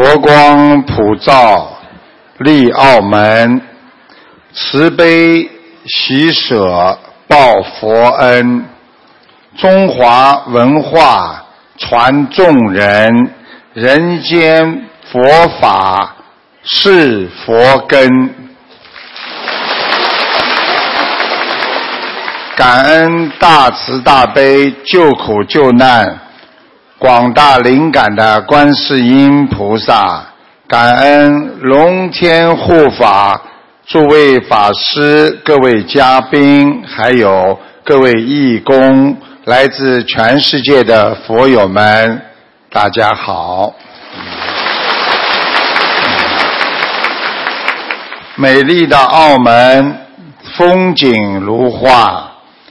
佛光普照利澳门，慈悲喜舍报佛恩，中华文化传众人，人间佛法是佛根。感恩大慈大悲救苦救难广大灵感的观世音菩萨，感恩龙天护法诸位法师、各位嘉宾，还有各位义工，来自全世界的佛友们，大家好。美丽的澳门风景如画，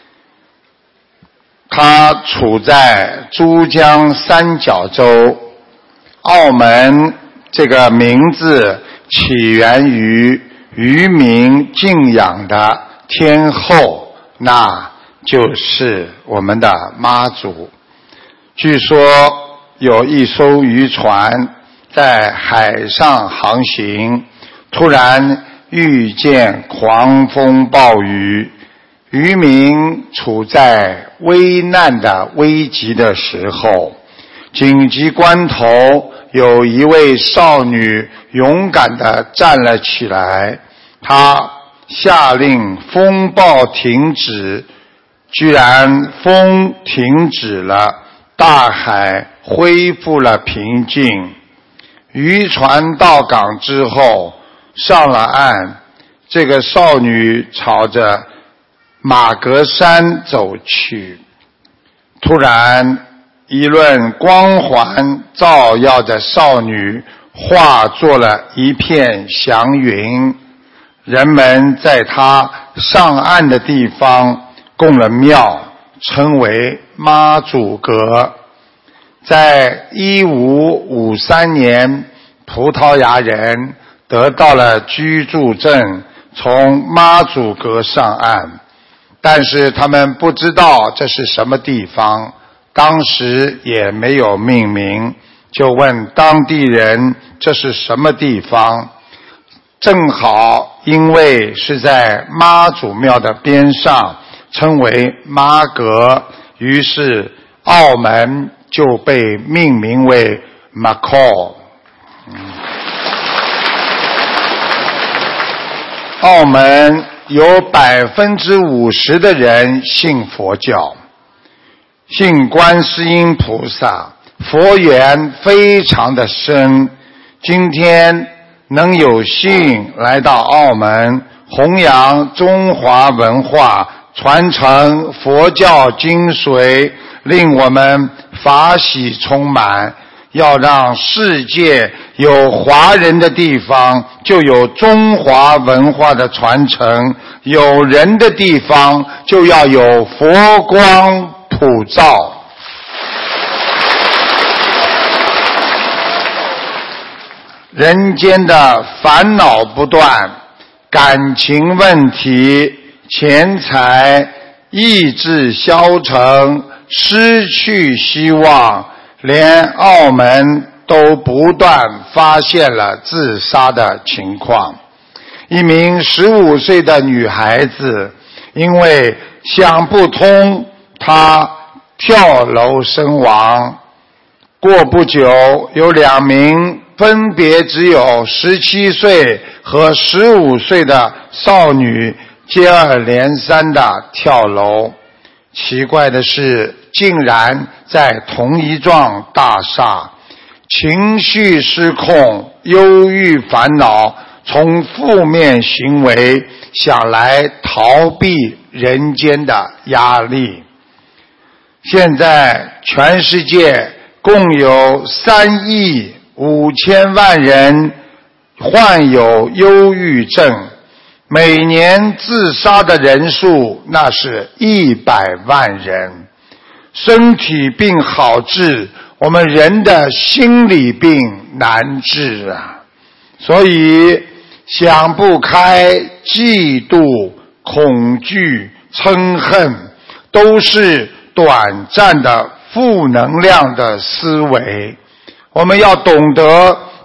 它处在珠江三角洲。澳门这个名字起源于渔民敬仰的天后，那就是我们的妈祖。据说有一艘渔船在海上航行，突然遇见狂风暴雨，渔民处在危难的危急的时候，紧急关头，有一位少女勇敢地站了起来，她下令风暴停止，居然风停止了，大海恢复了平静。渔船到港之后，上了岸，这个少女朝着马格山走去，突然一轮光环照耀着少女，化作了一片祥云。人们在她上岸的地方供了庙，称为妈祖阁。在1553年，葡萄牙人得到了居住证，从妈祖阁上岸，但是他们不知道这是什么地方，当时也没有命名，就问当地人这是什么地方。正好因为是在妈祖庙的边上，称为妈阁，于是澳门就被命名为 Macau。澳门有50%的人信佛教，信观世音菩萨，佛缘非常的深。今天能有幸来到澳门，弘扬中华文化，传承佛教精髓，令我们法喜充满。要让世界有华人的地方，就有中华文化的传承，有人的地方就要有佛光普照。人间的烦恼不断，感情问题、钱财、意志消沉、失去希望，连澳门都不断发现了自杀的情况。一名15岁的女孩子因为想不通，她跳楼身亡。过不久，有2名分别只有17岁和15岁的少女接二连三地跳楼。奇怪的是，竟然在同一幢大厦，情绪失控、忧郁烦恼，从负面行为想来逃避人间的压力。现在全世界共有3亿5千万人患有忧郁症，每年自杀的人数那是100万人。身体病好治，我们人的心理病难治啊！所以想不开、嫉妒、恐惧、嗔恨，都是短暂的负能量的思维。我们要懂得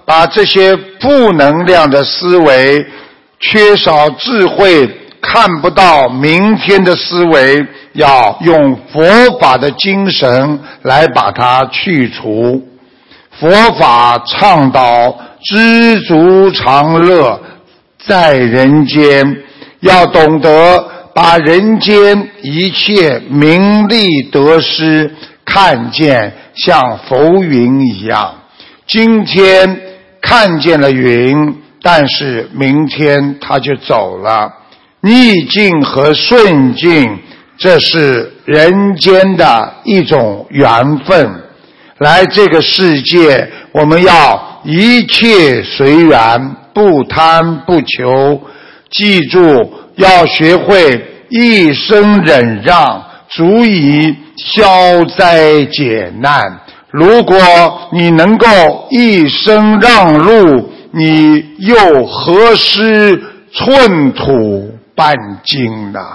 把这些负能量的思维、缺少智慧、看不到明天的思维，要用佛法的精神来把它去除。佛法倡导知足常乐，在人间，要懂得把人间一切名利得失看见像浮云一样。今天看见了云，但是明天它就走了。逆境和顺境，这是人间的一种缘分。来这个世界，我们要一切随缘，不贪不求。记住，要学会一生忍让，足以消灾解难。如果你能够一生让路，你又何失寸土半斤呢？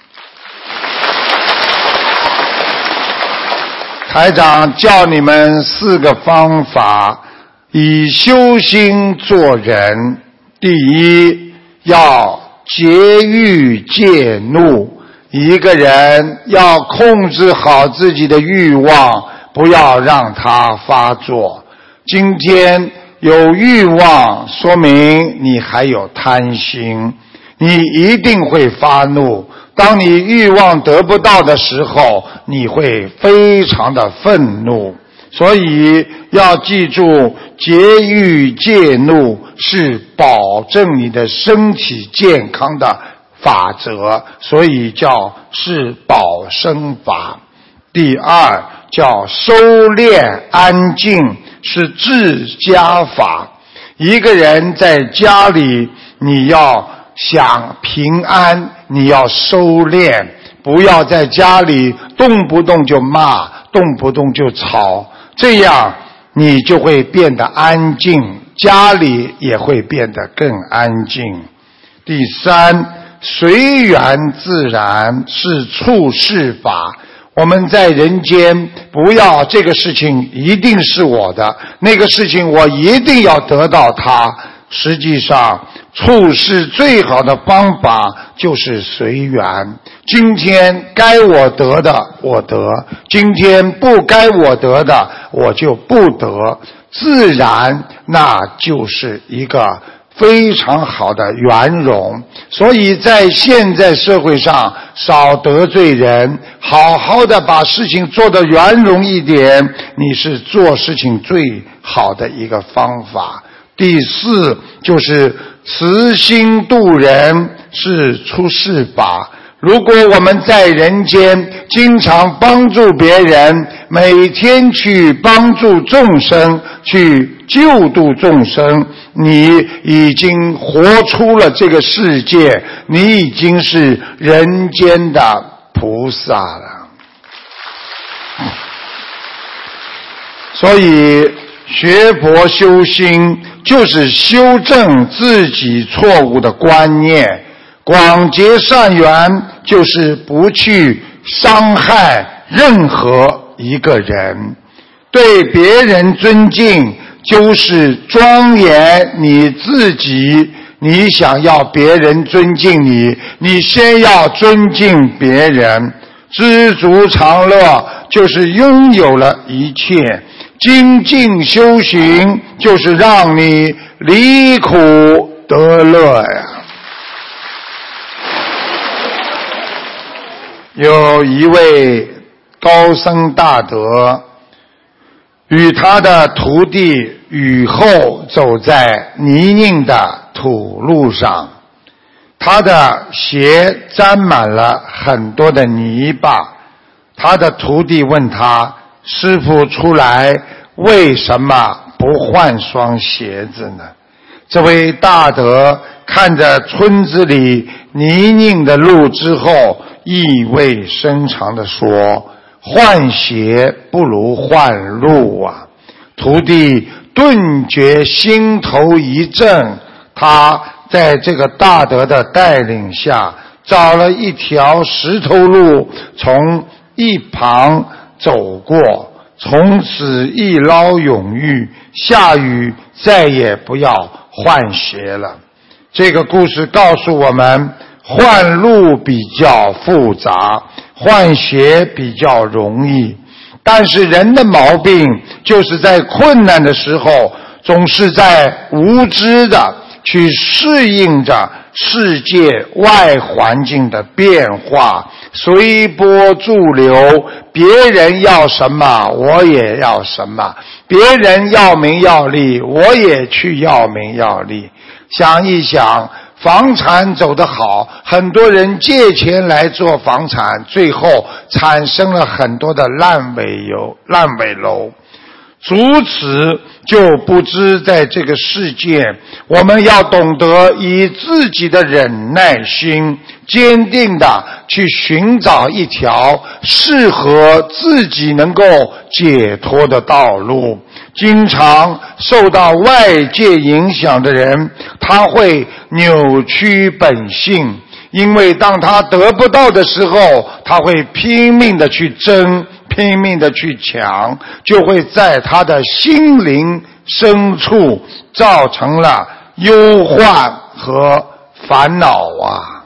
台长教你们4个方法，以修心做人。第一，要节欲戒怒。一个人要控制好自己的欲望，不要让它发作。今天有欲望，说明你还有贪心，你一定会发怒。当你欲望得不到的时候，你会非常的愤怒。所以要记住，节欲戒怒是保证你的身体健康的法则，所以叫是保身法。第二，叫收敛安静，是治家法。一个人在家里，你要想平安，你要收敛，不要在家里动不动就骂，动不动就吵，这样你就会变得安静，家里也会变得更安静。第三，随缘自然，是处事法。我们在人间，不要这个事情一定是我的，那个事情我一定要得到它。实际上处事最好的方法就是随缘。今天该我得的我得，今天不该我得的我就不得，自然那就是一个非常好的圆融。所以在现在社会上，少得罪人，好好的把事情做得圆融一点，你是做事情最好的一个方法。第四，就是慈心度人，是出世法。如果我们在人间经常帮助别人，每天去帮助众生，去救度众生，你已经活出了这个世界，你已经是人间的菩萨了。所以学佛修心就是修正自己错误的观念，广结善缘就是不去伤害任何一个人，对别人尊敬就是庄严你自己。你想要别人尊敬你，你先要尊敬别人。知足常乐就是拥有了一切，精进修行就是让你离苦得乐呀。有一位高僧大德，与他的徒弟雨后走在泥泞的土路上，他的鞋沾满了很多的泥巴。他的徒弟问他，师父出来为什么不换双鞋子呢？这位大德看着村子里泥泞的路之后，意味深长地说，换鞋不如换路啊。徒弟顿觉心头一震，他在这个大德的带领下，找了一条石头路，从一旁走过， 从此一劳永逸，下雨再也不要换鞋了。这个故事告诉我们，换路比较复杂，换鞋比较容易。但是人的毛病就是在困难的时候，总是在无知的去适应着世界外环境的变化，随波逐流，别人要什么我也要什么，别人要名要利我也去要名要利。想一想，房产走得好，很多人借钱来做房产，最后产生了很多的烂尾楼。如此就不知在这个世界，我们要懂得以自己的忍耐心，坚定地去寻找一条适合自己能够解脱的道路。经常受到外界影响的人，他会扭曲本性，因为当他得不到的时候，他会拼命地去争，拼命地去抢，就会在他的心灵深处造成了忧患和烦恼啊。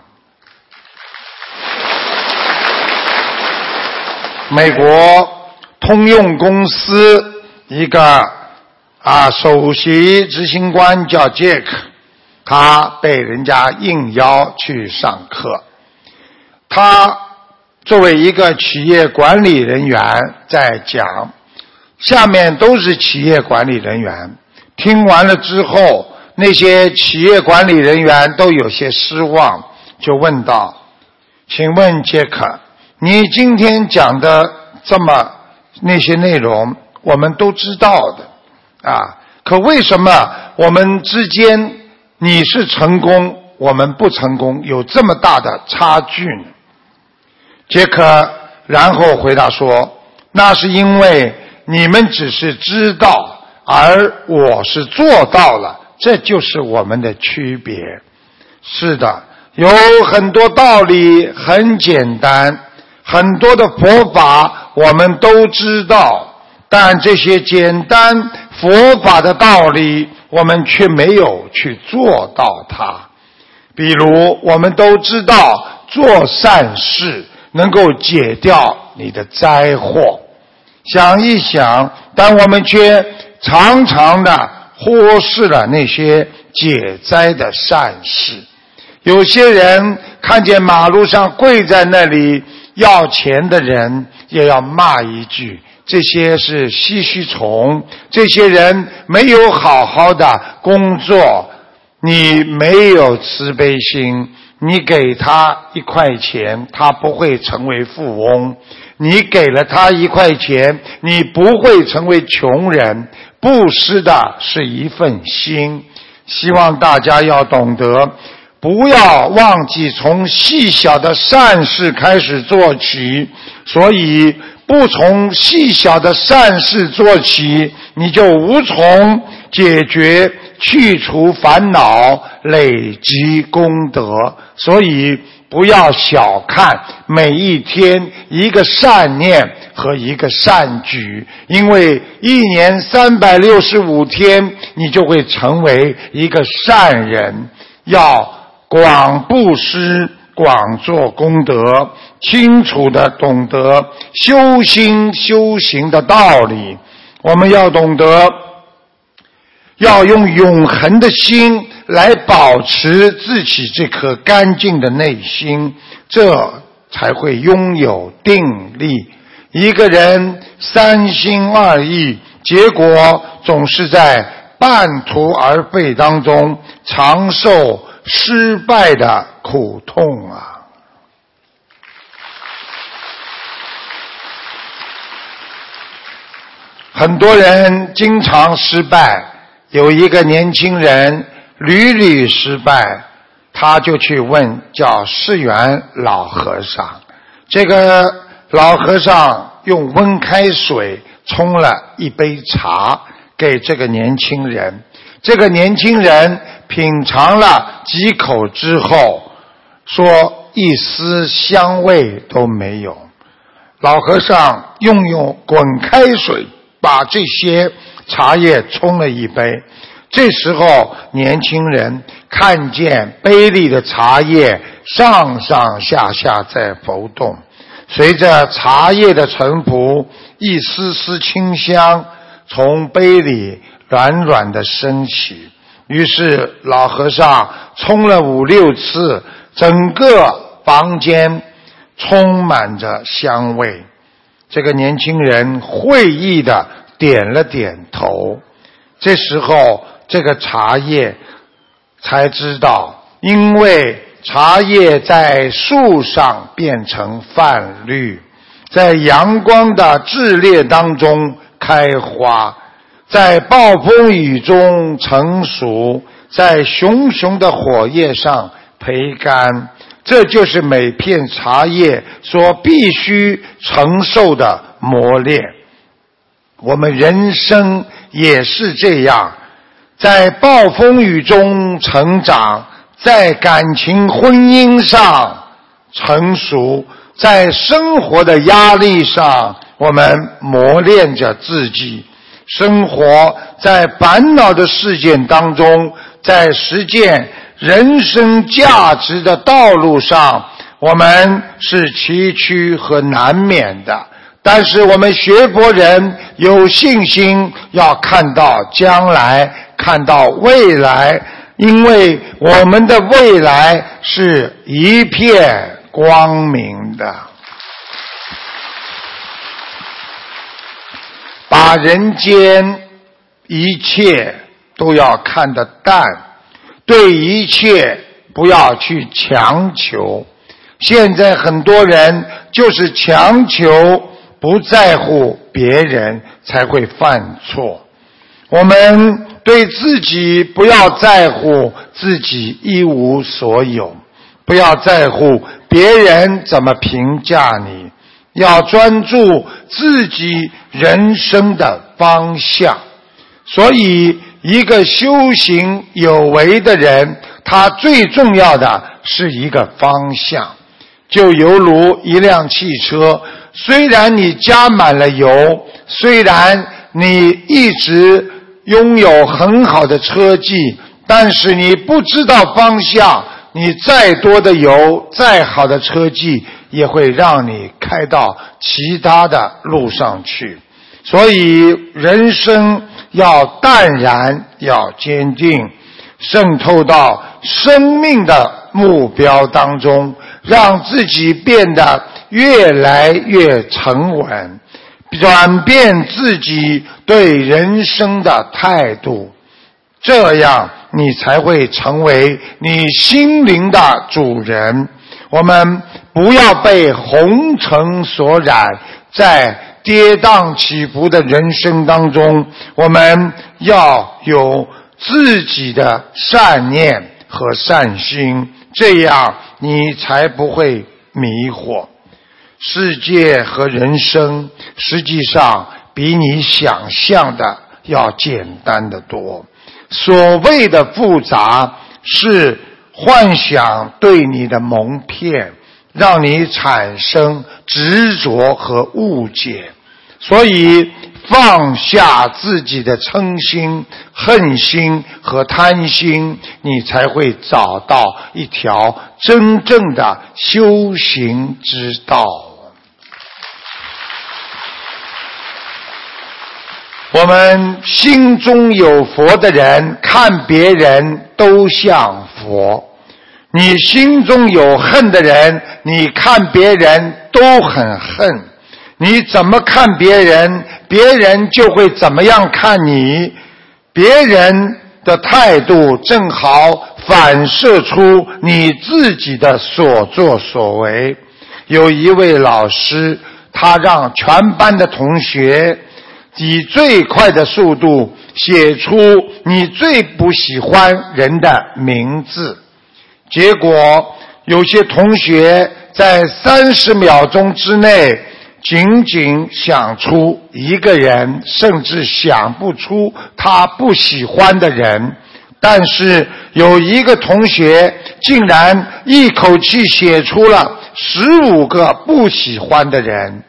美国通用公司一个首席执行官叫杰克，他被人家应邀去上课。他作为一个企业管理人员在讲，下面都是企业管理人员。听完了之后，那些企业管理人员都有些失望，就问道：请问杰克，你今天讲的这么那些内容我们都知道的可为什么我们之间你是成功我们不成功有这么大的差距呢？杰克然后回答说，那是因为你们只是知道，而我是做到了，这就是我们的区别。是的，有很多道理很简单，很多的佛法我们都知道，但这些简单佛法的道理我们却没有去做到它。比如我们都知道做善事能够解掉你的灾祸，想一想，但我们却常常的忽视了那些解灾的善事。有些人看见马路上跪在那里要钱的人，也要骂一句，这些是吸须虫，这些人没有好好的工作，你没有慈悲心，你给他1块钱，他不会成为富翁，你给了他1块钱，你不会成为穷人。布施的是一份心，希望大家要懂得，不要忘记从细小的善事开始做起，所以不从细小的善事做起，你就无从解决去除烦恼累积功德。所以不要小看每一天一个善念和一个善举，因为1年365天你就会成为一个善人。要广布施，广做功德，清楚地懂得修心修行的道理。我们要懂得要用永恒的心来保持自己这颗干净的内心，这才会拥有定力。一个人3心2意，结果总是在半途而废当中常受失败的苦痛啊！很多人经常失败，有一个年轻人屡屡失败，他就去问叫释源老和尚。这个老和尚用温开水冲了一杯茶给这个年轻人，这个年轻人品尝了几口之后说一丝香味都没有。 老和尚用滚开水把这些茶叶冲了一杯。这时候年轻人看见杯里的茶叶上上下下在浮动，随着茶叶的沉浮，一丝丝清香从杯里软软地升起。于是老和尚冲了5、6次，整个房间充满着香味。这个年轻人会意地点了点头。这时候这个茶叶才知道，因为茶叶在树上变成泛绿，在阳光的炽烈当中开花，在暴风雨中成熟，在熊熊的火焰上焙干。这就是每片茶叶所必须承受的磨练。我们人生也是这样，在暴风雨中成长，在感情婚姻上成熟，在生活的压力上我们磨练着自己。生活在烦恼的事件当中，在实践人生价值的道路上，我们是崎岖和难免的。但是我们学佛人有信心，要看到将来，看到未来，因为我们的未来是一片光明的。把人间一切都要看得淡，对一切不要去强求。现在很多人就是强求，不在乎别人，才会犯错。我们对自己不要在乎自己一无所有，不要在乎别人怎么评价你，要专注自己人生的方向。所以一个修行有为的人，他最重要的是一个方向。就犹如一辆汽车，虽然你加满了油，虽然你一直拥有很好的车技，但是你不知道方向，你再多的油，再好的车技，也会让你开到其他的路上去。所以人生要淡然，要坚定，渗透到生命的目标当中，让自己变得越来越沉稳，转变自己对人生的态度，这样你才会成为你心灵的主人。我们不要被红尘所染，在跌宕起伏的人生当中，我们要有自己的善念和善心，这样你才不会迷惑。世界和人生实际上比你想象的要简单得多。所谓的复杂，是幻想对你的蒙骗，让你产生执着和误解。所以放下自己的嗔心、恨心和贪心，你才会找到一条真正的修行之道。我们心中有佛的人，看别人都像佛；你心中有恨的人，你看别人都很恨。你怎么看别人，别人就会怎么样看你。别人的态度正好反射出你自己的所作所为。有一位老师，他让全班的同学以最快的速度写出你最不喜欢人的名字。结果有些同学在30秒钟之内仅仅想出一个人，甚至想不出他不喜欢的人。但是有一个同学竟然一口气写出了15个不喜欢的人。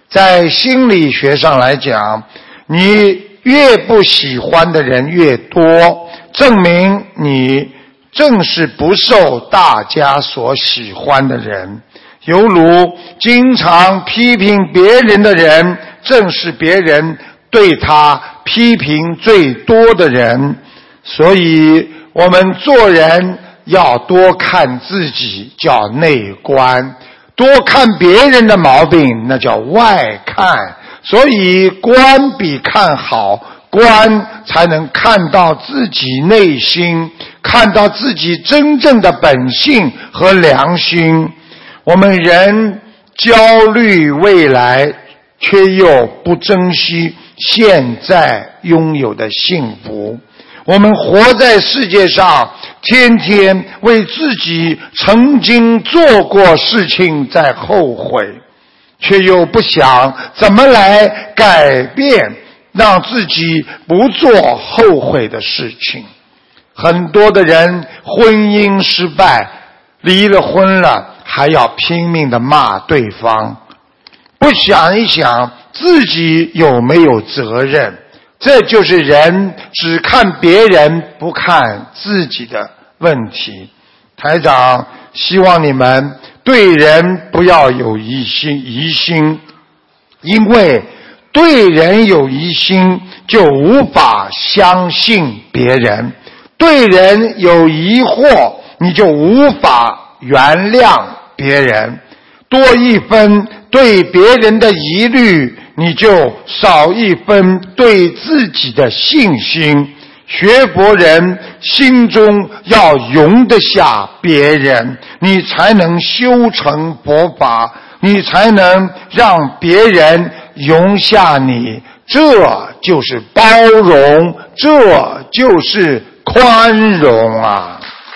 在心理学上来讲，你越不喜欢的人越多，证明你正是不受大家所喜欢的人。犹如经常批评别人的人，正是别人对他批评最多的人。所以我们做人要多看自己，叫内观，多看别人的毛病，那叫外看。所以观比看好，观才能看到自己内心，看到自己真正的本性和良心。我们人焦虑未来，却又不珍惜现在拥有的幸福。我们活在世界上，天天为自己曾经做过事情在后悔，却又不想怎么来改变，让自己不做后悔的事情。很多的人婚姻失败，离了婚了，还要拼命地骂对方，不想一想自己有没有责任。这就是人只看别人不看自己的问题。台长希望你们对人不要有疑心，因为对人有疑心就无法相信别人，对人有疑惑你就无法原谅别人，多一分对别人的疑虑，你就少一分对自己的信心。学佛人心中要容得下别人，你才能修成佛法，你才能让别人容下你。这就是包容，这就是宽容啊！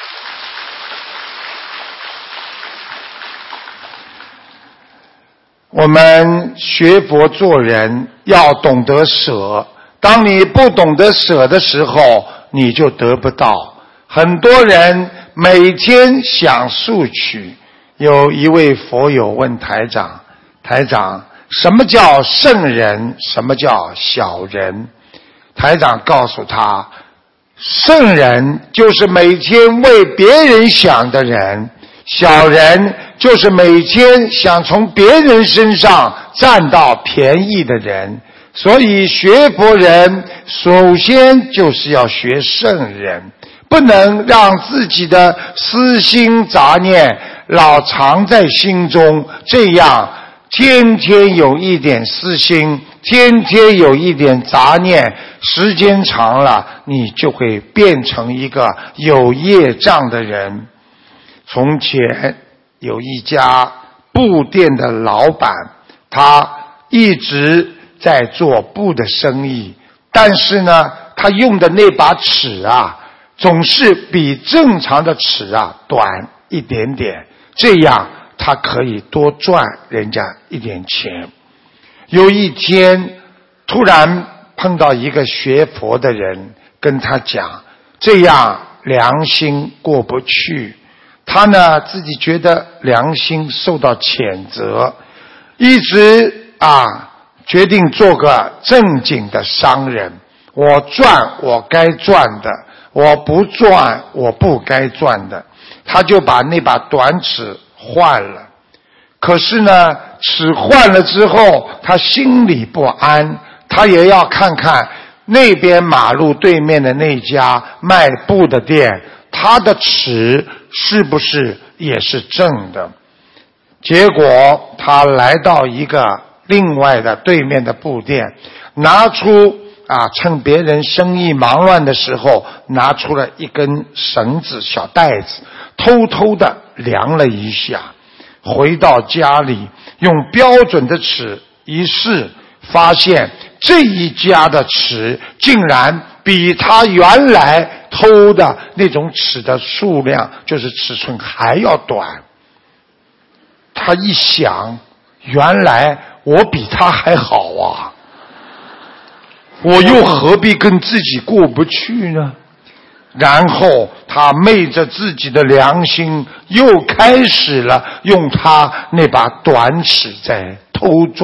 我们学佛做人要懂得舍，当你不懂得舍的时候，你就得不到。很多人每天想索取。有一位佛友问台长，台长，什么叫圣人，什么叫小人？台长告诉他，圣人就是每天为别人想的人，小人就是每天想从别人身上占到便宜的人。所以学佛人首先就是要学圣人，不能让自己的私心杂念老藏在心中，这样天天有一点私心，天天有一点杂念，时间长了你就会变成一个有业障的人。从前有一家布店的老板，他一直在做布的生意，但是呢，他用的那把尺啊，总是比正常的尺啊短一点点，这样他可以多赚人家一点钱。有一天突然碰到一个学佛的人，跟他讲，这样良心过不去。他呢自己觉得良心受到谴责，一直决定做个正经的商人。我赚我该赚的，我不赚我不该赚的。他就把那把短尺换了。可是呢，尺换了之后，他心里不安，他也要看看那边马路对面的那家卖布的店，他的尺是不是也是正的。结果他来到一个另外的对面的布店，拿出趁别人生意忙乱的时候，拿出了一根绳子小带子，偷偷的量了一下。回到家里用标准的尺一试，发现这一家的尺竟然比他原来偷的那种尺的数量，就是尺寸还要短。他一想，原来我比他还好啊，我又何必跟自己过不去呢？然后他昧着自己的良心，又开始了用他那把短尺在偷赚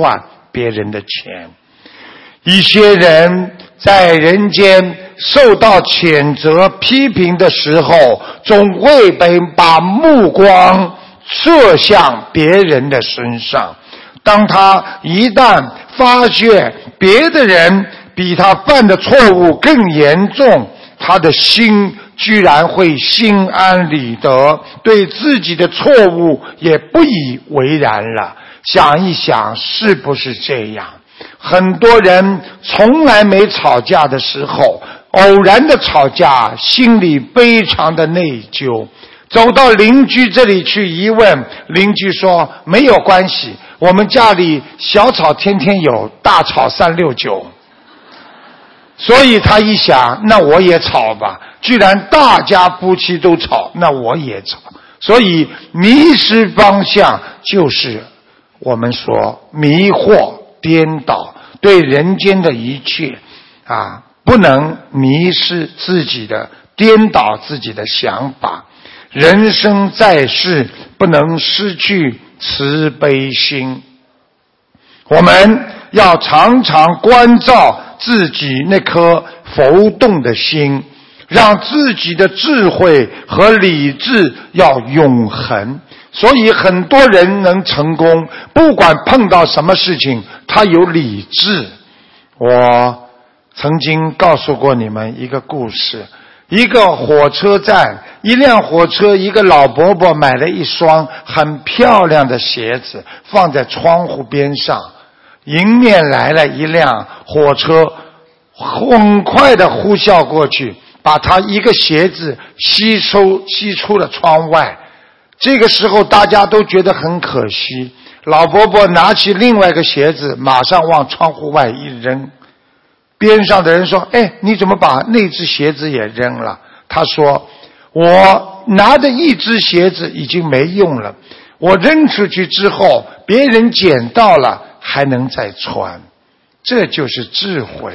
别人的钱。一些人在人间受到谴责批评的时候，总会把目光射向别人的身上。当他一旦发现别的人比他犯的错误更严重，他的心居然会心安理得，对自己的错误也不以为然了。想一想，是不是这样？很多人从来没吵架的时候，偶然的吵架，心里非常的内疚。走到邻居这里去一问，邻居说没有关系，我们家里小吵天天有，大吵369。所以他一想，那我也吵吧，居然大家夫妻都吵，那我也吵。所以迷失方向就是我们说迷惑颠倒，对人间的一切不能迷失自己的，颠倒自己的想法。人生在世，不能失去慈悲心。我们要常常关照自己那颗浮动的心，让自己的智慧和理智要永恒。所以很多人能成功，不管碰到什么事情，他有理智。我曾经告诉过你们一个故事，一个火车站，一辆火车，一个老伯伯买了一双很漂亮的鞋子放在窗户边上，迎面来了一辆火车，很快的呼啸过去，把他一个鞋子吸出了窗外。这个时候大家都觉得很可惜，老伯伯拿起另外一个鞋子马上往窗户外一扔。边上的人说，你怎么把那只鞋子也扔了？他说，我拿的一只鞋子已经没用了，我扔出去之后别人捡到了还能再穿。这就是智慧。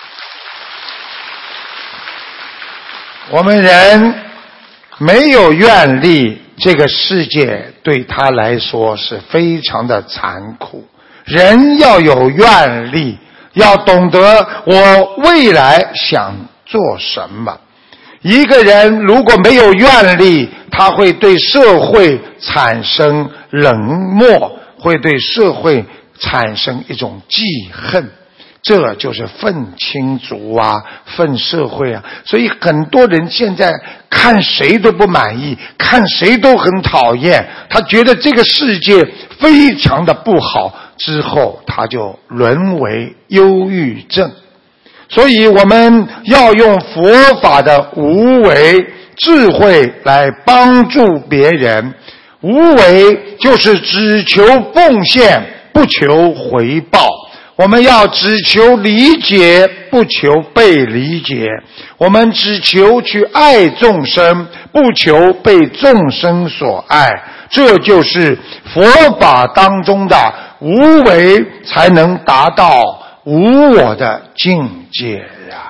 我们人没有愿力，这个世界对他来说是非常的残酷。人要有愿力，要懂得我未来想做什么。一个人如果没有愿力，他会对社会产生冷漠，会对社会产生一种记恨。这就是愤亲族愤社会所以很多人现在看谁都不满意，看谁都很讨厌，他觉得这个世界非常的不好，之后他就沦为忧郁症。所以我们要用佛法的无为智慧来帮助别人。无为就是只求奉献，不求回报。我们要只求理解，不求被理解。我们只求去爱众生，不求被众生所爱。这就是佛法当中的无为，才能达到无我的境界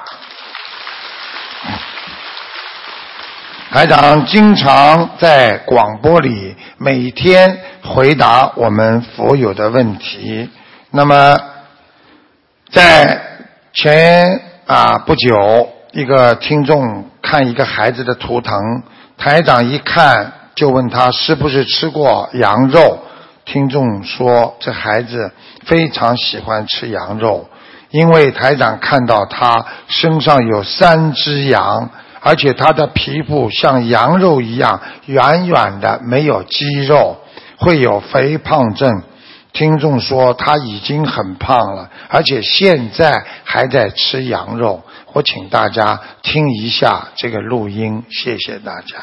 台长经常在广播里每天回答我们佛友的问题。那么在前不久，一个听众看一个孩子的图腾，台长一看就问他是不是吃过羊肉。听众说这孩子非常喜欢吃羊肉，因为台长看到他身上有3只羊，而且他的皮肤像羊肉一样圆圆的，没有肌肉，会有肥胖症。听众说他已经很胖了，而且现在还在吃羊肉。我请大家听一下这个录音，谢谢大家。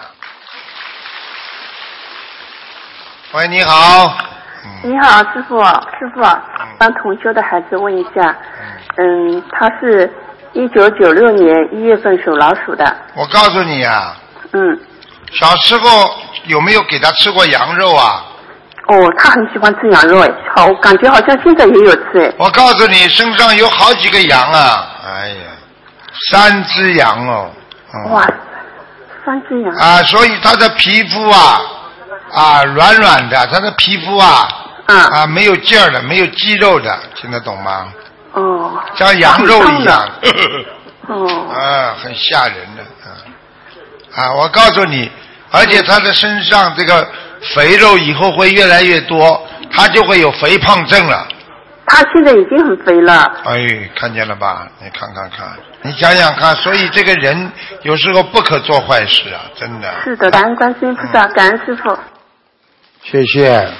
喂，你好。 你好，师傅，帮同修的孩子问一下，他是1996年1月份属老鼠的。 我告诉你小时候有没有给他吃过羊肉他很喜欢吃羊肉我感觉好像现在也有吃我告诉你，身上有好几个羊哎呀，3只羊哇，3只羊所以他的皮肤软软的，他的皮肤啊。 没有劲儿的，没有肌肉的，听得懂吗？ 哦。 像羊肉一样。 哦。 很吓人的。我告诉你，而且他的身上这个肥肉以后会越来越多，他就会有肥胖症了。 他现在已经很肥了。 看见了吧？你看看看，你想想看，所以这个人有时候不可做坏事啊，真的。 是的，感恩观世音菩萨，感恩师父。 谢谢。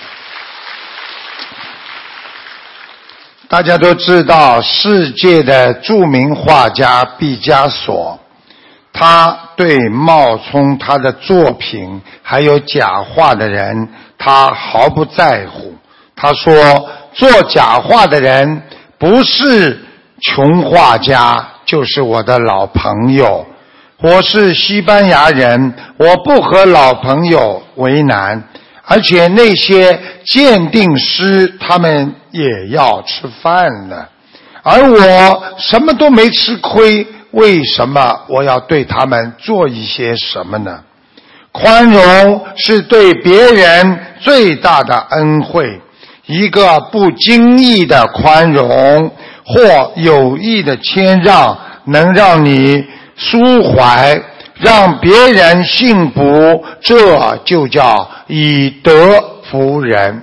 大家都知道，世界的著名画家毕加索，他对冒充他的作品还有假画的人，他毫不在乎。他说，做假画的人不是穷画家，就是我的老朋友。我是西班牙人，我不和老朋友为难，而且那些鉴定师他们也要吃饭的，而我什么都没吃亏，为什么我要对他们做一些什么呢？宽容是对别人最大的恩惠，一个不经意的宽容或有意的谦让，能让你舒怀，让别人幸福，这就叫以德服人。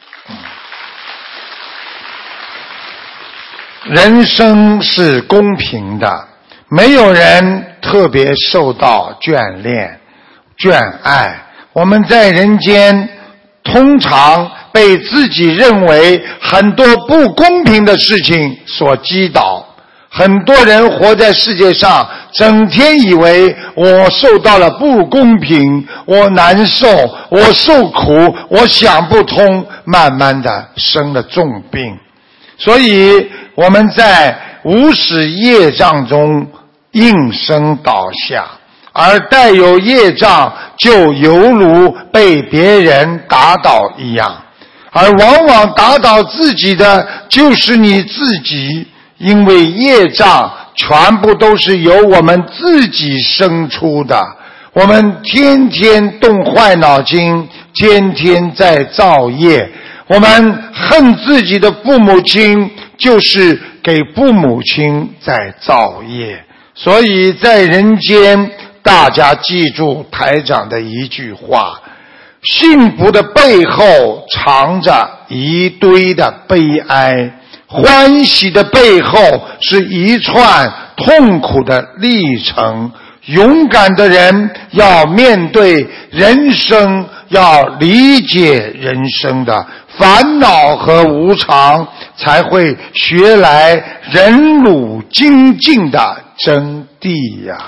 人生是公平的，没有人特别受到眷恋、眷爱。我们在人间通常被自己认为很多不公平的事情所击倒，很多人活在世界上，整天以为我受到了不公平，我难受，我受苦，我想不通，慢慢的生了重病。所以我们在无始业障中应声倒下，而带有业障就犹如被别人打倒一样，而往往打倒自己的就是你自己，因为业障全部都是由我们自己生出的，我们天天动坏脑筋，天天在造业。我们恨自己的父母亲，就是给父母亲在造业。所以在人间，大家记住台长的一句话，幸福的背后藏着一堆的悲哀，欢喜的背后是一串痛苦的历程。勇敢的人要面对人生，要理解人生的烦恼和无常，才会学来忍辱精进的真谛呀。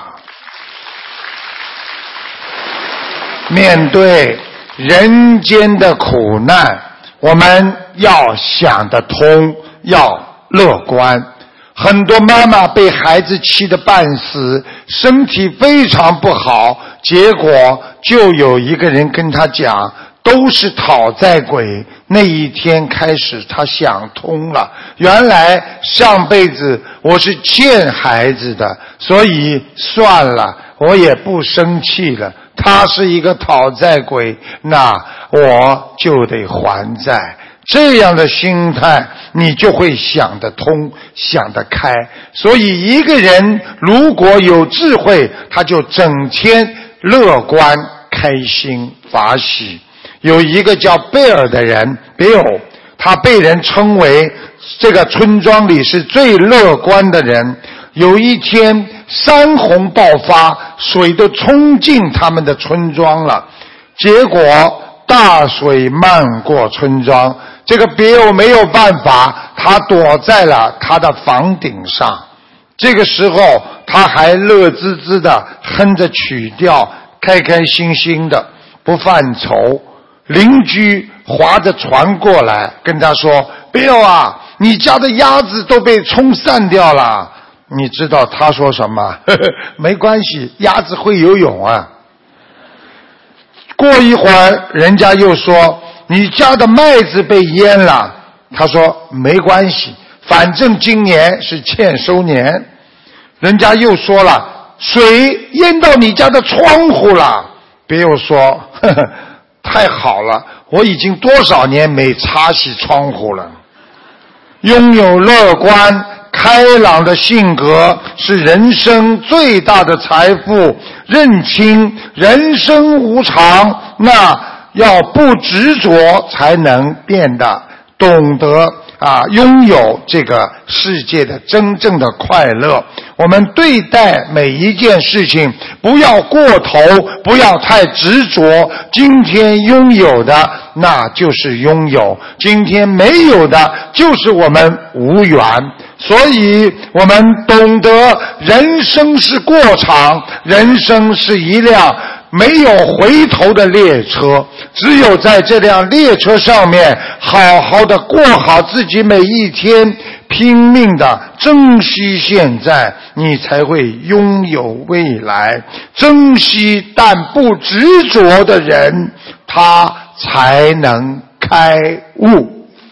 面对人间的苦难，我们要想得通，要乐观。很多妈妈被孩子气得半死，身体非常不好，结果就有一个人跟她讲，都是讨债鬼。那一天开始她想通了，原来上辈子我是欠孩子的，所以算了，我也不生气了，他是一个讨债鬼，那我就得还债。这样的心态你就会想得通，想得开。所以一个人如果有智慧，他就整天乐观开心法喜。有一个叫贝尔的人，贝尔，他被人称为这个村庄里是最乐观的人。有一天山洪爆发，水都冲进他们的村庄了，结果大水漫过村庄，这个别友没有办法，他躲在了他的房顶上。这个时候他还乐滋滋的哼着曲调，开开心心的不犯愁。邻居划着船过来跟他说，别友啊，你家的鸭子都被冲散掉了。你知道他说什么？没关系，鸭子会游泳啊。过一会儿人家又说，你家的麦子被淹了。他说没关系，反正今年是欠收年。人家又说了，水淹到你家的窗户了。别又说，呵呵，太好了， 我已经多少年没擦洗窗户了。拥有乐观开朗的性格是人生最大的财富，认清人生无常，那要不执着才能变得懂得拥有这个世界的真正的快乐。我们对待每一件事情不要过头，不要太执着，今天拥有的那就是拥有，今天没有的就是我们无缘。所以我们懂得人生是过场，人生是一辆没有回头的列车，只有在这辆列车上面好好的过好自己每一天，拼命的珍惜现在，你才会拥有未来。珍惜但不执着的人，他才能开悟。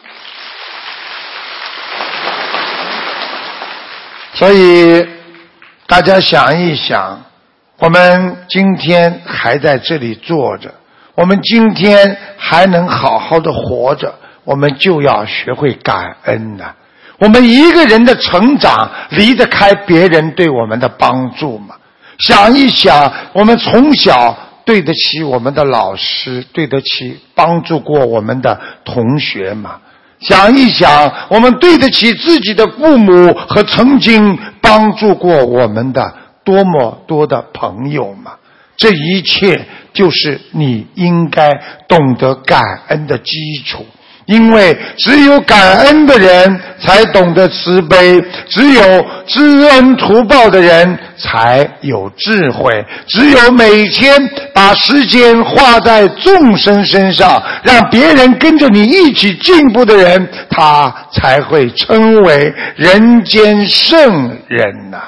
所以大家想一想，我们今天还在这里坐着，我们今天还能好好的活着，我们就要学会感恩呐。我们一个人的成长离得开别人对我们的帮助吗？想一想，我们从小对得起我们的老师，对得起帮助过我们的同学吗？想一想，我们对得起自己的父母和曾经帮助过我们的多么多的朋友吗？这一切就是你应该懂得感恩的基础。因为只有感恩的人才懂得慈悲，只有知恩图报的人才有智慧，只有每天把时间花在众生身上，让别人跟着你一起进步的人，他才会称为人间圣人呐。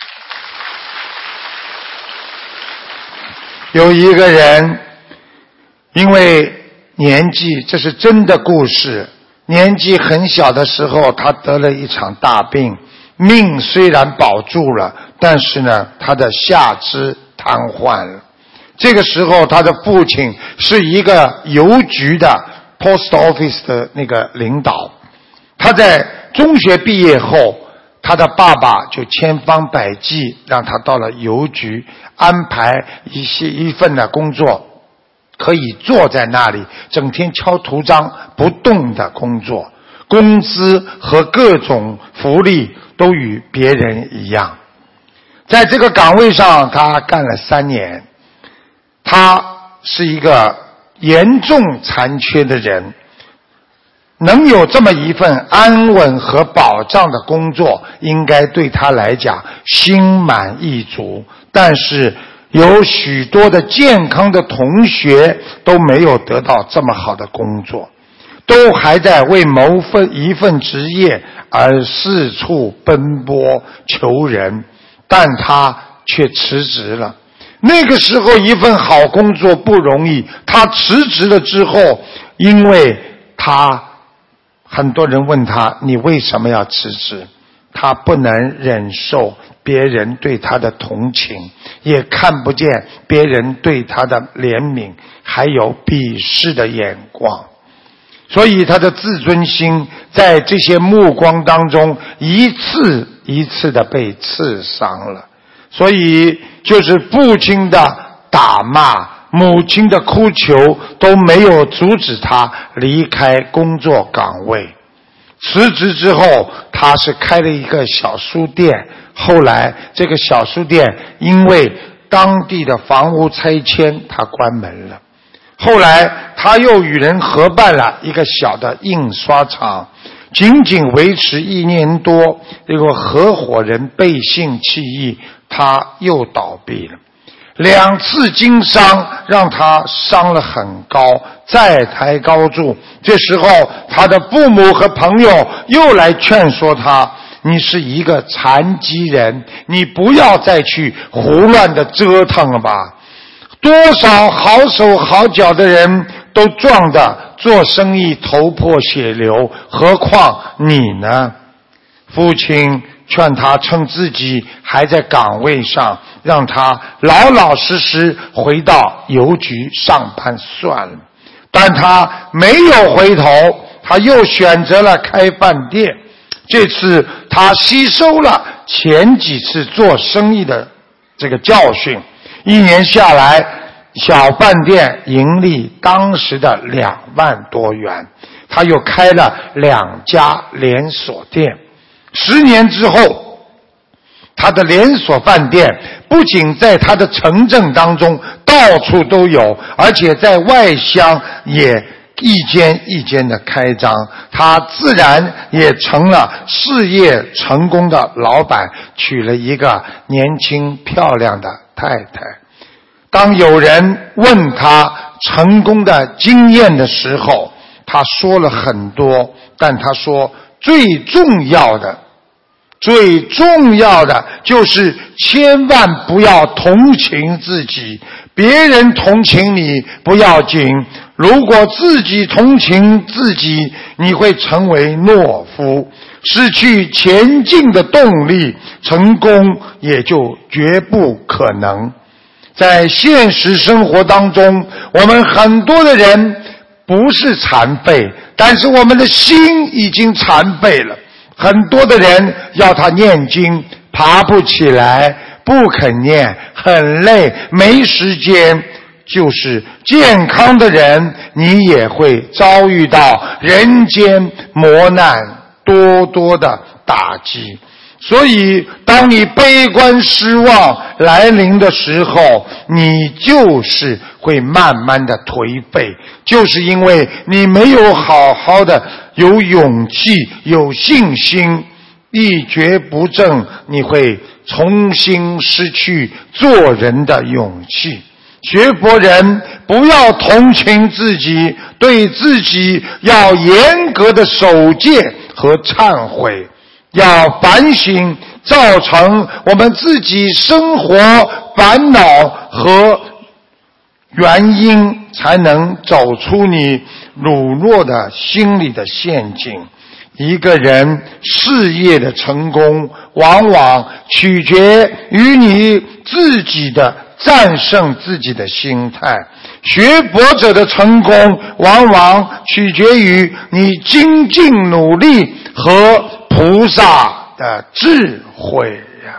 有一个人因为年纪，这是真的故事，年纪很小的时候他得了一场大病，命虽然保住了，但是呢他的下肢瘫痪了。这个时候他的父亲是一个邮局的 post office 的那个领导，他在中学毕业后，他的爸爸就千方百计让他到了邮局，安排一份的工作，可以坐在那里整天敲图章不动的工作，工资和各种福利都与别人一样。在这个岗位上他干了3年，他是一个严重残缺的人，能有这么一份安稳和保障的工作，应该对他来讲心满意足。但是有许多的健康的同学都没有得到这么好的工作，都还在为谋一份职业而四处奔波求人，但他却辞职了。那个时候一份好工作不容易，他辞职了之后，因为很多人问他，你为什么要辞职？他不能忍受别人对他的同情，也看不见别人对他的怜悯，还有鄙视的眼光，所以他的自尊心在这些目光当中一次一次的被刺伤了。所以就是父亲的打骂，母亲的哭求，都没有阻止他离开工作岗位。辞职之后，他是开了一个小书店，后来这个小书店因为当地的房屋拆迁，他关门了。后来他又与人合办了一个小的印刷厂，仅仅维持1年多，这个合伙人背信弃义，他又倒闭了。2次经商让他伤了很高，再抬高筑。这时候他的父母和朋友又来劝说他，你是一个残疾人，你不要再去胡乱的折腾了吧。多少好手好脚的人都撞得做生意头破血流，何况你呢？父亲劝他趁自己还在岗位上，让他老老实实回到邮局上班算了。 但他没有回头，他又选择了开饭店。这次他吸收了前几次做生意的这个教训，1年下来，小饭店盈利当时的2万多元，他又开了2家连锁店。10年之后，他的连锁饭店不仅在他的城镇当中到处都有，而且在外乡也一间一间的开张，他自然也成了事业成功的老板，娶了一个年轻漂亮的太太。当有人问他成功的经验的时候，他说了很多，但他说最重要的就是千万不要同情自己，别人同情你不要紧，如果自己同情自己，你会成为懦夫，失去前进的动力，成功也就绝不可能。在现实生活当中，我们很多的人不是残废，但是我们的心已经残废了。很多的人要他念经，爬不起来，不肯念，很累，没时间。就是健康的人，你也会遭遇到人间磨难多多的打击。所以当你悲观失望来临的时候，你就是会慢慢的颓废，就是因为你没有好好的有勇气有信心，一蹶不振，你会重新失去做人的勇气。学佛人不要同情自己，对自己要严格的守戒和忏悔，要反省造成我们自己生活烦恼和原因，才能走出你辱弱的心理的陷阱。一个人事业的成功，往往取决于你自己的战胜自己的心态。学佛者的成功，往往取决于你精进努力和菩萨的智慧呀。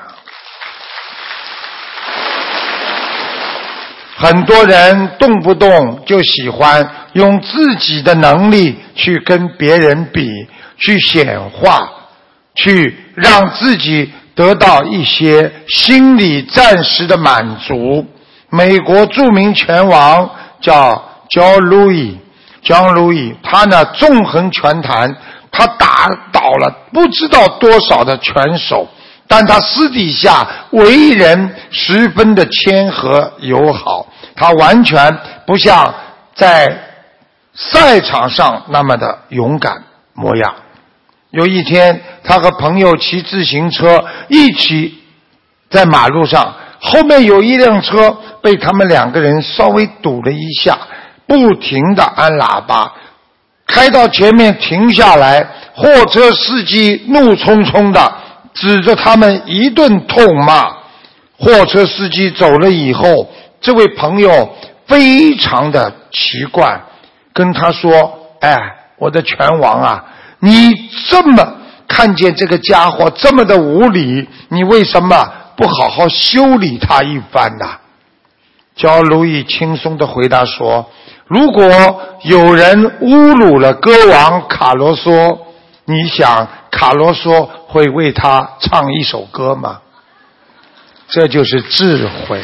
很多人动不动就喜欢用自己的能力去跟别人比，去显化，去让自己得到一些心理暂时的满足。美国著名拳王叫 John Louis， 他呢纵横拳坛，他打倒了不知道多少的拳手，但他私底下为人十分的谦和友好，他完全不像在赛场上那么的勇敢模样。有一天，他和朋友骑自行车一起在马路上，后面有一辆车被他们2个人稍微堵了一下，不停地按喇叭，开到前面停下来，货车司机怒冲冲地指着他们一顿痛骂。货车司机走了以后，这位朋友非常的奇怪，跟他说：我的拳王啊，你这么看见这个家伙这么的无理，你为什么不好好修理他一番呢？焦路易轻松地回答说：如果有人侮辱了歌王卡罗索，你想卡罗索会为他唱一首歌吗？这就是智慧。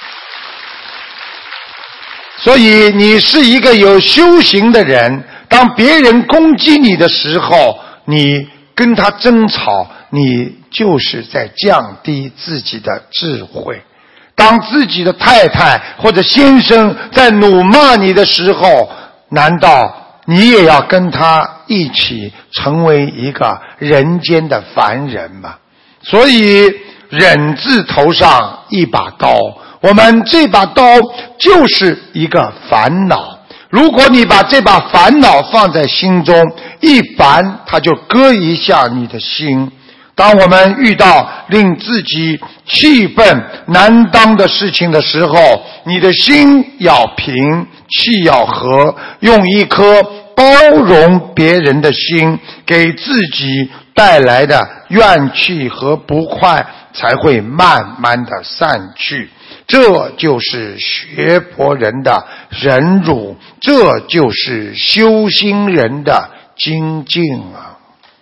所以你是一个有修行的人，当别人攻击你的时候，你跟他争吵，你就是在降低自己的智慧。当自己的太太或者先生在怒骂你的时候，难道你也要跟他一起成为一个人间的凡人吗？所以忍字头上一把刀，我们这把刀就是一个烦恼。如果你把这把烦恼放在心中，一烦它就割一下你的心。当我们遇到令自己气愤难当的事情的时候，你的心要平， 气要和，用一颗包容别人的心，给自己带来的怨气和不快才会慢慢的散去。这就是学佛人的忍辱，这就是修心人的精进啊！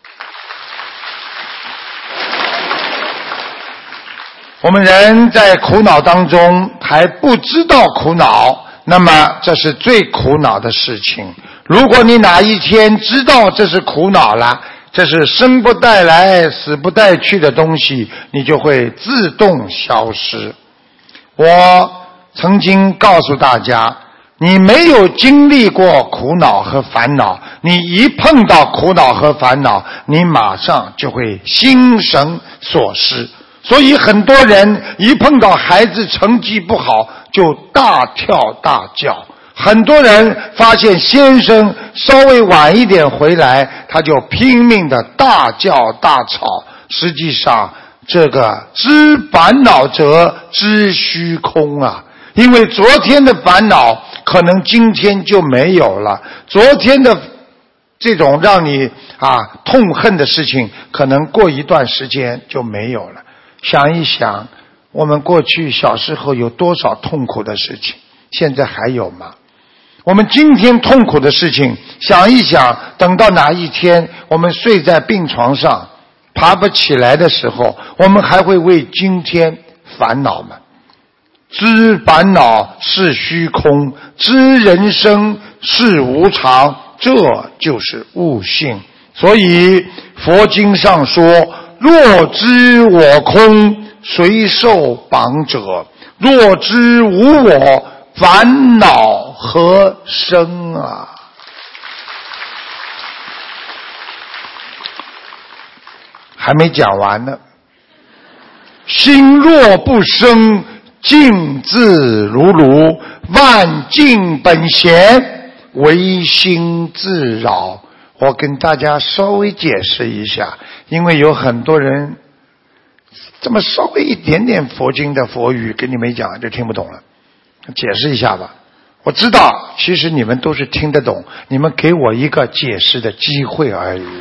我们人在苦恼当中还不知道苦恼，那么这是最苦恼的事情。如果你哪一天知道这是苦恼了，这是生不带来死不带去的东西，你就会自动消失。我曾经告诉大家，你没有经历过苦恼和烦恼，你一碰到苦恼和烦恼，你马上就会心神所失。所以很多人一碰到孩子成绩不好就大跳大叫，很多人发现先生稍微晚一点回来，他就拼命的大叫大吵。实际上这个知烦恼者知虚空啊，因为昨天的烦恼可能今天就没有了，昨天的这种让你痛恨的事情，可能过一段时间就没有了。想一想，我们过去小时候有多少痛苦的事情，现在还有吗？我们今天痛苦的事情，想一想，等到哪一天我们睡在病床上爬不起来的时候，我们还会为今天烦恼吗？知烦恼是虚空，知人生是无常，这就是悟性。所以佛经上说，若知我空，谁受绑者？若知无我，烦恼何生啊？还没讲完呢。心若不生，静自如如，万境本闲，唯心自扰。我跟大家稍微解释一下，因为有很多人这么稍微一点点佛经的佛语跟你们讲就听不懂了，解释一下吧。我知道其实你们都是听得懂，你们给我一个解释的机会而已。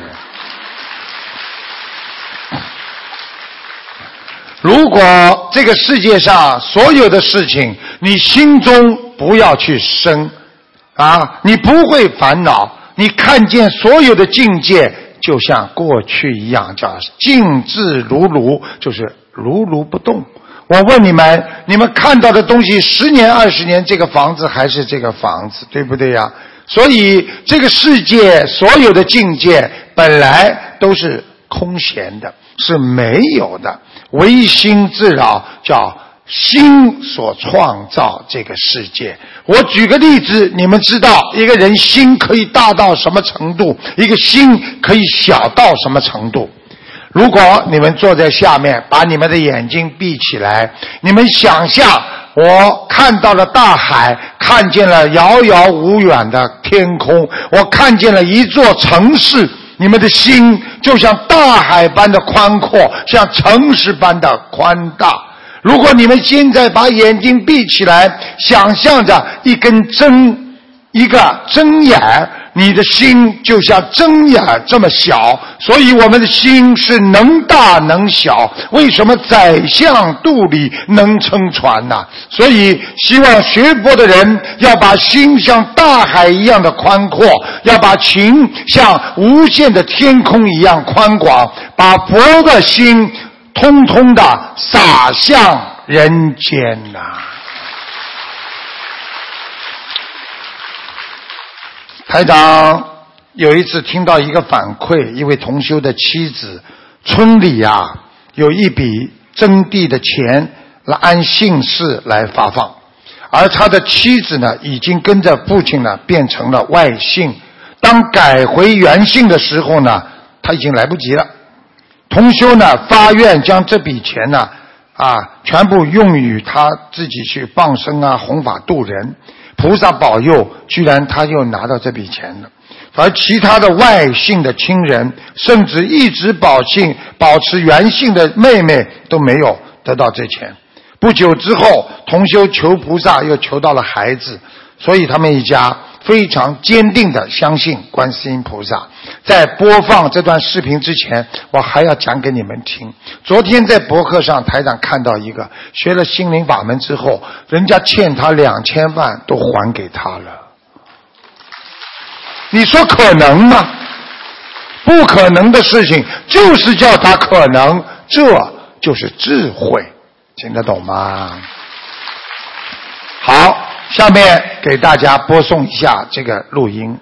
如果这个世界上所有的事情你心中不要去生你不会烦恼，你看见所有的境界就像过去一样，叫静自如如，就是如如不动。我问你们，你们看到的东西10年20年，这个房子还是这个房子，对不对呀？所以这个世界所有的境界本来都是空闲的，是没有的，唯心自扰，叫心所创造这个世界。我举个例子，你们知道一个人心可以大到什么程度，一个心可以小到什么程度。如果你们坐在下面，把你们的眼睛闭起来，你们想象我看到了大海，看见了遥遥无远的天空，我看见了一座城市，你们的心就像大海般的宽阔，像城市般的宽大。如果你们现在把眼睛闭起来，想象着一根针，一个针眼，你的心就像针眼这么小。所以我们的心是能大能小，为什么宰相肚里能撑船呢？所以希望学佛的人要把心像大海一样的宽阔，要把情像无限的天空一样宽广，把佛的心通通的洒向人间呐！台长有一次听到一个反馈，一位同修的妻子，村里有一笔征地的钱来按姓氏来发放，而他的妻子呢已经跟着父亲呢变成了外姓，当改回原姓的时候呢，他已经来不及了。同修呢发愿将这笔钱呢全部用于他自己去放生弘法度人，菩萨保佑，居然他又拿到这笔钱了。而其他的外姓的亲人，甚至一直保持原姓的妹妹都没有得到这钱。不久之后，同修求菩萨又求到了孩子， 所以他们一家非常坚定地相信观世音菩萨。在播放这段视频之前，我还要讲给你们听。昨天在博客上，台长看到一个学了心灵法门之后，人家欠他2000万都还给他了。你说可能吗？不可能的事情就是叫它可能，这就是智慧，听得懂吗？好，下面给大家播送一下这个录音。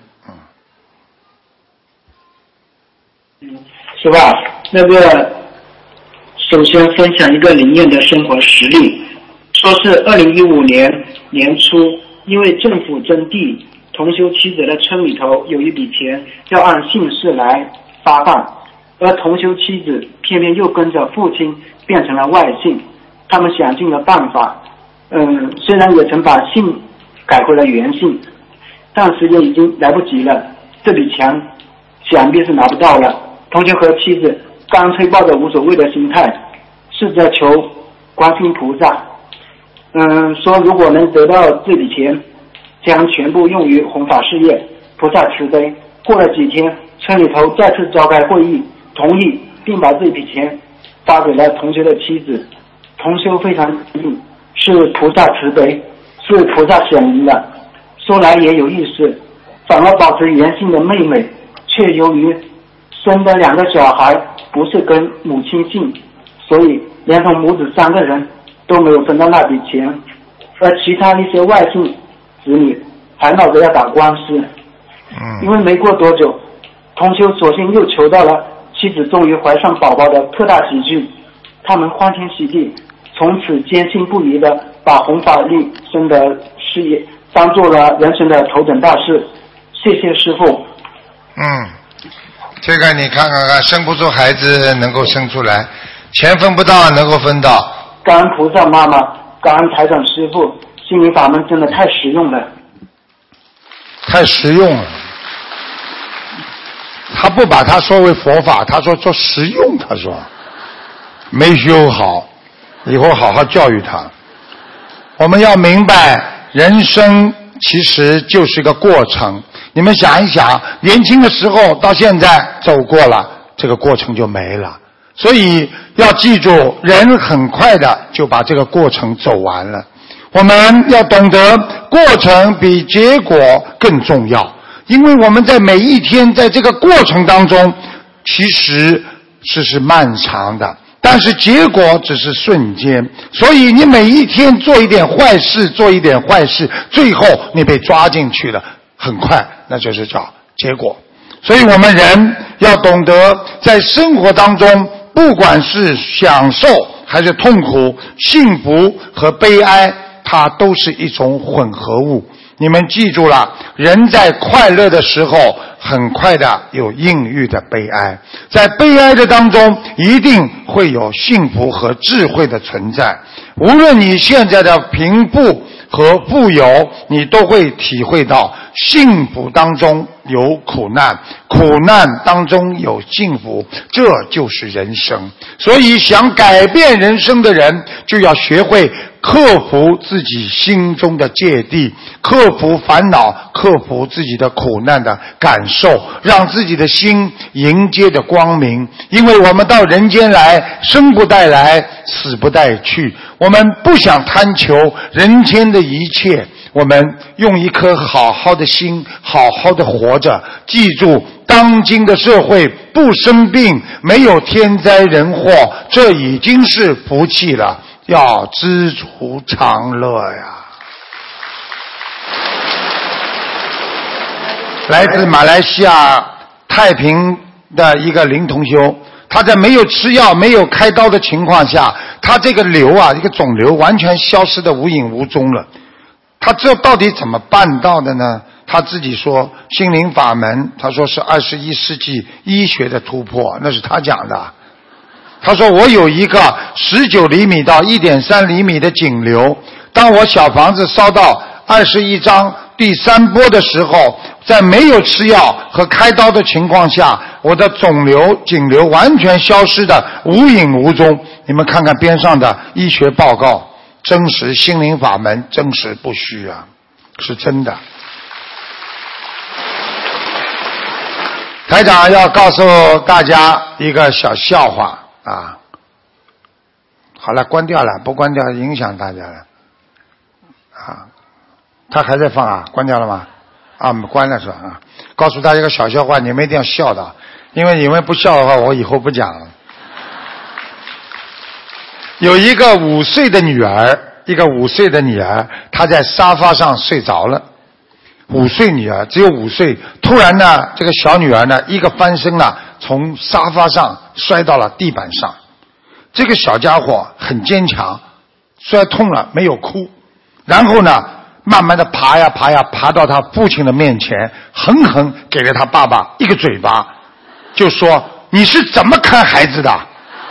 是吧？那个，首先分享一个灵验的生活实例，说是2015年年初，因为政府征地，同修妻子的村里头有一笔钱要按姓氏来发放，而同修妻子偏偏又跟着父亲变成了外姓，他们想尽了办法，虽然也曾把姓改回了原姓，但是也已经来不及了，这笔钱想必是拿不到了。同学和妻子干脆抱着无所谓的心态，试着求观世音菩萨，说如果能得到这笔钱，将全部用于弘法事业，菩萨慈悲。过了几天，村里头再次召开会议，同意并把这笔钱发给了同学的妻子。同修非常激动，是菩萨慈悲，是菩萨显灵了。说来也有意思，反而保持原姓的妹妹，却由于生的2个小孩不是跟母亲姓，所以连同母子3个人都没有分到那笔钱，而其他一些外姓子女还闹着要打官司。因为没过多久，同修索性又求到了妻子终于怀上宝宝的特大喜讯，他们欢天喜地，从此坚信不疑的把弘法利生的事业当做了人生的头等大事。谢谢师父。 这个你看看，生不出孩子能够生出来，钱分不到能够分到。 感恩菩萨妈妈，感恩台长师父，心灵法门真的太实用了。 太实用了。他不把它说为佛法，他说做实用，他说没修好，以后好好教育他。我们要明白，人生其实就是一个过程。你们想一想，年轻的时候到现在走过了，这个过程就没了。所以要记住，人很快的就把这个过程走完了。我们要懂得，过程比结果更重要，因为我们在每一天在这个过程当中，其实是漫长的，但是结果只是瞬间。所以你每一天做一点坏事，最后你被抓进去了，很快那就是叫结果。所以我们人要懂得，在生活当中，不管是享受还是痛苦，幸福和悲哀，它都是一种混合物。你们记住了，人在快乐的时候，很快的有孕育的悲哀，在悲哀的当中，一定会有幸福和智慧的存在。无论你现在的贫富和富有，你都会体会到幸福当中有苦难，苦难当中有幸福，这就是人生。所以想改变人生的人，就要学会克服自己心中的芥蒂，克服烦恼，克服自己的苦难的感受，让自己的心迎接着光明。因为我们到人间来，生不带来，死不带去，我们不想贪求人间的一切，我们用一颗好好的心，好好的活着。记住，当今的社会不生病，没有天灾人祸，这已经是福气了，要知足常乐呀。来自马来西亚太平的一个林同修，他在没有吃药没有开刀的情况下，他这个瘤啊，一个肿瘤完全消失的无影无踪了。他这到底怎么办到的呢？他自己说心灵法门，他说是21世纪医学的突破，那是他讲的。他说我有一个19厘米到 1.3厘米的颈瘤，当我小房子烧到21章第3波的时候，在没有吃药和开刀的情况下，我的颈瘤完全消失的无影无踪。你们看看边上的医学报告，真实心灵法门，真实不虚啊。 是真的。台长要告诉大家一个小笑话啊。好了，关掉了，不关掉影响大家了。啊，他还在放啊？关掉了吗？啊，关了是吧？啊，告诉大家一个小笑话，你们一定要笑的，因为你们不笑的话，我以后不讲了。有一个5岁的女儿，她在沙发上睡着了。5岁女儿只有5岁，突然呢，这个小女儿呢，一个翻身呢，从沙发上摔到了地板上。这个小家伙很坚强，摔痛了没有哭，然后呢，慢慢的爬呀爬呀，爬到他父亲的面前，狠狠给了他爸爸一个嘴巴，就说：“你是怎么看孩子的？”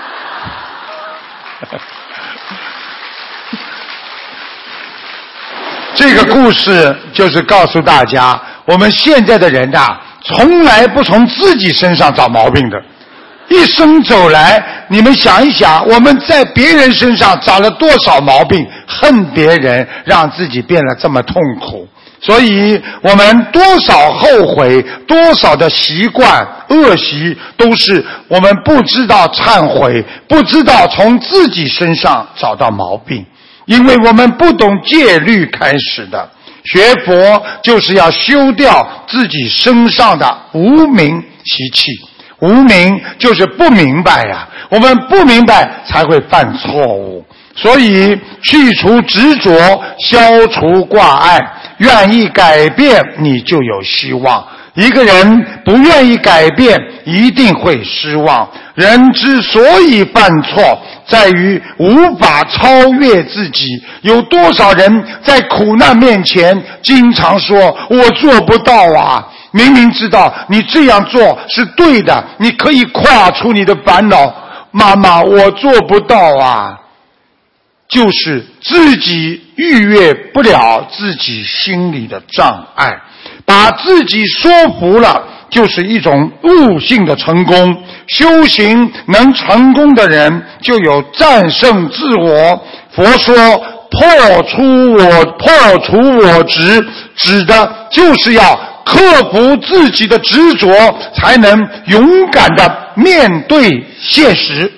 这个故事就是告诉大家，我们现在的人啊，从来不从自己身上找毛病的。一生走来，你们想一想，我们在别人身上找了多少毛病，恨别人，让自己变得这么痛苦。所以我们多少后悔，多少的习惯恶习，都是我们不知道忏悔，不知道从自己身上找到毛病，因为我们不懂戒律开始的。学佛就是要修掉自己身上的无明习气。无明就是不明白呀，我们不明白才会犯错误。所以去除执着，消除挂碍，愿意改变，你就有希望。一个人不愿意改变，一定会失望。人之所以犯错，在于无法超越自己。有多少人在苦难面前经常说我做不到啊，明明知道你这样做是对的，你可以跨出你的烦恼，妈妈我做不到啊，就是自己逾越不了自己心里的障碍，把自己说服了，就是一种悟性的成功。修行能成功的人，就有战胜自我。佛说破除我执，指的就是要克服自己的执着，才能勇敢地面对现实。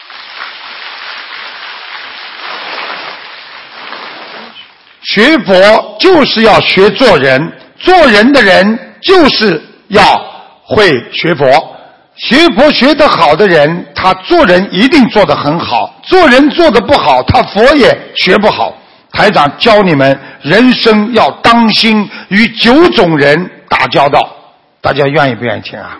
学佛就是要学做人，做人的人就是要会学佛。学佛学得好的人，他做人一定做得很好，做人做得不好，他佛也学不好。台长教你们，人生要当心与9种人打交道，大家愿意不愿意听啊？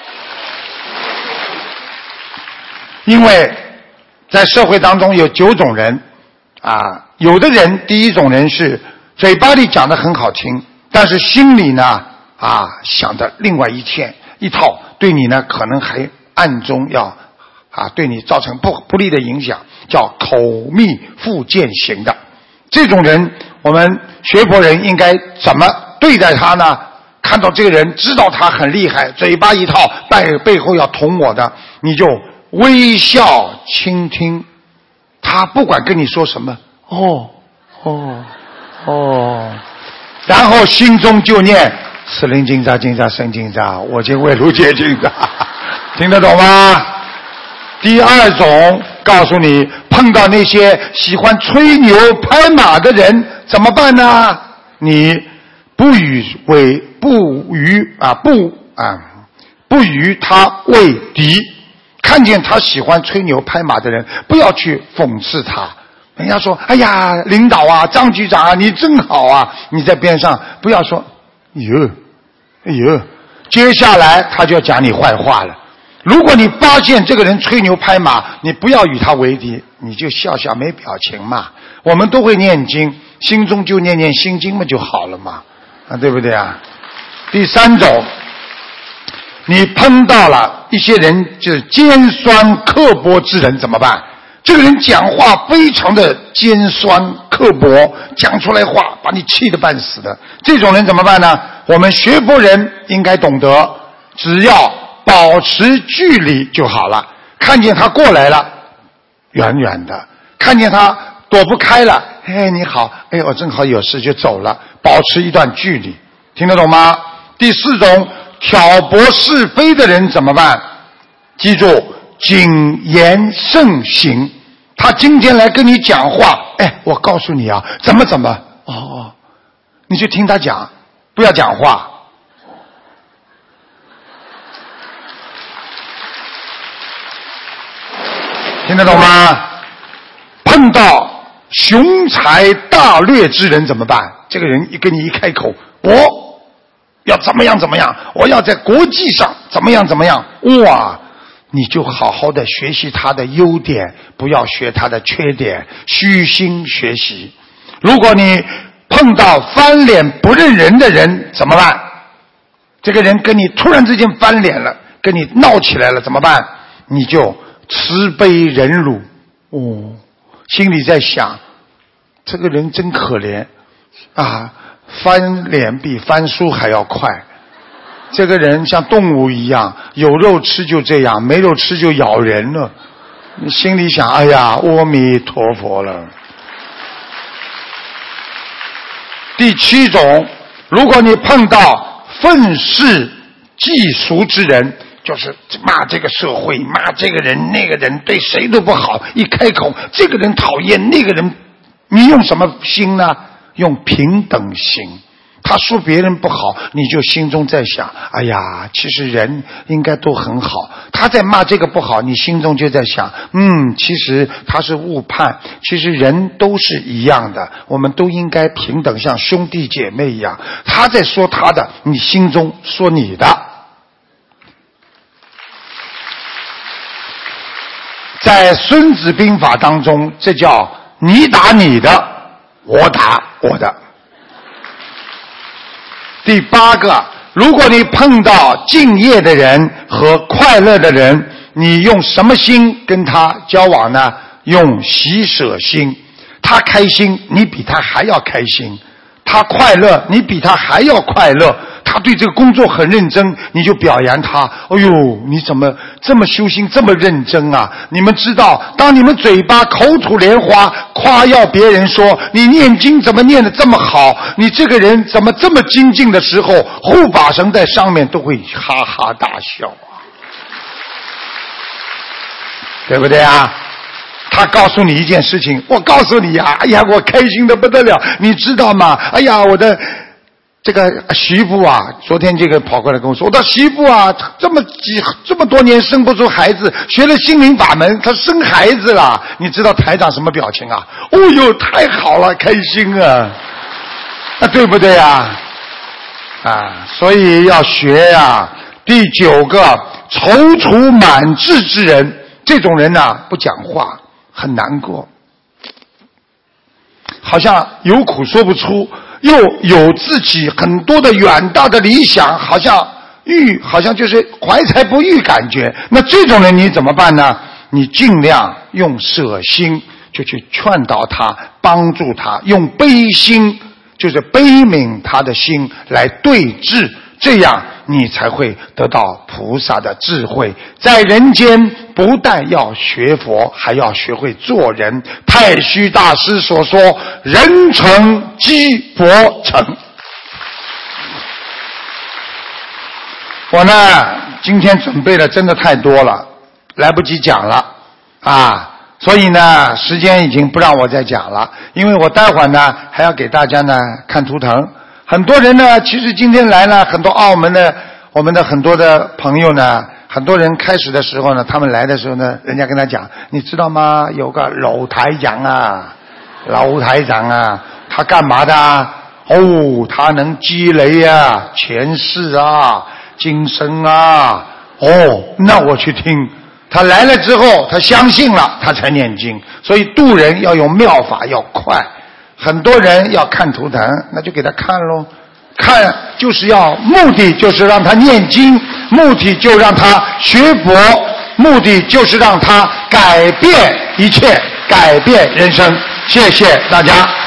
因为在社会当中有9种人啊，有的人，第一种人是嘴巴里讲得很好听，但是心里呢想的另外一套，对你呢可能还暗中要对你造成不利的影响，叫口蜜腹剑型的。这种人，我们学佛人应该怎么对待他呢？看到这个人，知道他很厉害，嘴巴一套，背后要捅我的，你就微笑倾听，他不管跟你说什么，然后心中就念此灵金吒金吒生金吒，我今为如劫金吒，听得懂吗？第二种，告诉你，碰到那些喜欢吹牛拍马的人怎么办呢？你不与他为敌，看见他喜欢吹牛拍马的人，不要去讽刺他。人家说，哎呀，领导啊，张局长啊，你真好啊，你在边上不要说哎呦，接下来他就要讲你坏话了。如果你发现这个人吹牛拍马，你不要与他为敌，你就笑笑没表情嘛。我们都会念经，心中就念念心经嘛就好了嘛，对不对啊？第三种，你碰到了一些人就是尖酸刻薄之人怎么办？这个人讲话非常的尖酸刻薄，讲出来话把你气得半死的，这种人怎么办呢？我们学佛人应该懂得，只要保持距离就好了。看见他过来了，远远的；看见他躲不开了， 哎，你好，哎，我正好有事就走了，保持一段距离，听得懂吗？第4种，挑拨是非的人怎么办？记住，谨言慎行。他今天来跟你讲话，哎，我告诉你啊，怎么，哦，你就听他讲，不要讲话。听得懂吗？碰到雄才大略之人怎么办？这个人跟你一开口，我要怎么样，我要在国际上怎么样，哇，你就好好的学习他的优点，不要学他的缺点，虚心学习。如果你碰到翻脸不认人的人怎么办？这个人跟你突然之间翻脸了，跟你闹起来了怎么办？你就慈悲忍辱，心里在想，这个人真可怜啊，翻脸比翻书还要快。这个人像动物一样，有肉吃就这样，没肉吃就咬人了。你心里想，哎呀，阿弥陀佛了。第7种，如果你碰到愤世嫉俗之人，就是骂这个社会，骂这个人那个人，对谁都不好，一开口这个人讨厌那个人，你用什么心呢？用平等心。他说别人不好，你就心中在想，哎呀，其实人应该都很好。他在骂这个不好，你心中就在想，其实他是误判，其实人都是一样的，我们都应该平等，像兄弟姐妹一样。他在说他的，你心中说你的。在孙子兵法当中，这叫你打你的，我打我的。第8个，如果你碰到敬业的人和快乐的人，你用什么心跟他交往呢？用喜舍心。他开心，你比他还要开心；他快乐，你比他还要快乐。他对这个工作很认真，你就表扬他。哎呦，你怎么这么修心，这么认真啊？你们知道，当你们嘴巴口吐莲花，夸耀别人说你念经怎么念得这么好，你这个人怎么这么精进的时候，护法神在上面都会哈哈大笑啊，对不对啊？他告诉你一件事情，我告诉你啊，哎呀，我开心的不得了，你知道吗？哎呀，我的这个媳妇啊，昨天这个跑过来跟我说，我的媳妇啊，这么多年生不出孩子，学了心灵法门，她生孩子了。你知道台长什么表情啊？哦哟，太好了，开心啊，对不对啊？所以要学呀。第9个，踌躇满志之人，这种人呢，不讲话，很难过，好像有苦说不出，又有自己很多的远大的理想，好像就是怀才不遇感觉。那这种人你怎么办呢？你尽量用舍心，就去劝导他，帮助他，用悲心，就是悲悯他的心来对治，这样你才会得到菩萨的智慧。在人间不但要学佛，还要学会做人。太虚大师所说，人成即佛成。我呢今天准备的真的太多了，来不及讲了所以呢时间已经不让我再讲了，因为我待会儿呢还要给大家呢看图腾。很多人呢其实今天来了，很多澳门的我们的很多的朋友呢，很多人开始的时候呢，他们来的时候呢，人家跟他讲，你知道吗？有个老台长啊，他干嘛的啊？他能积累啊，前世啊，今生啊。那我去听。他来了之后，他相信了，他才念经。所以渡人要用妙法，要快。很多人要看图腾，那就给他看咯。看就是目的就是让他念经，目的就让他学佛，目的就是让他改变一切，改变人生。谢谢大家。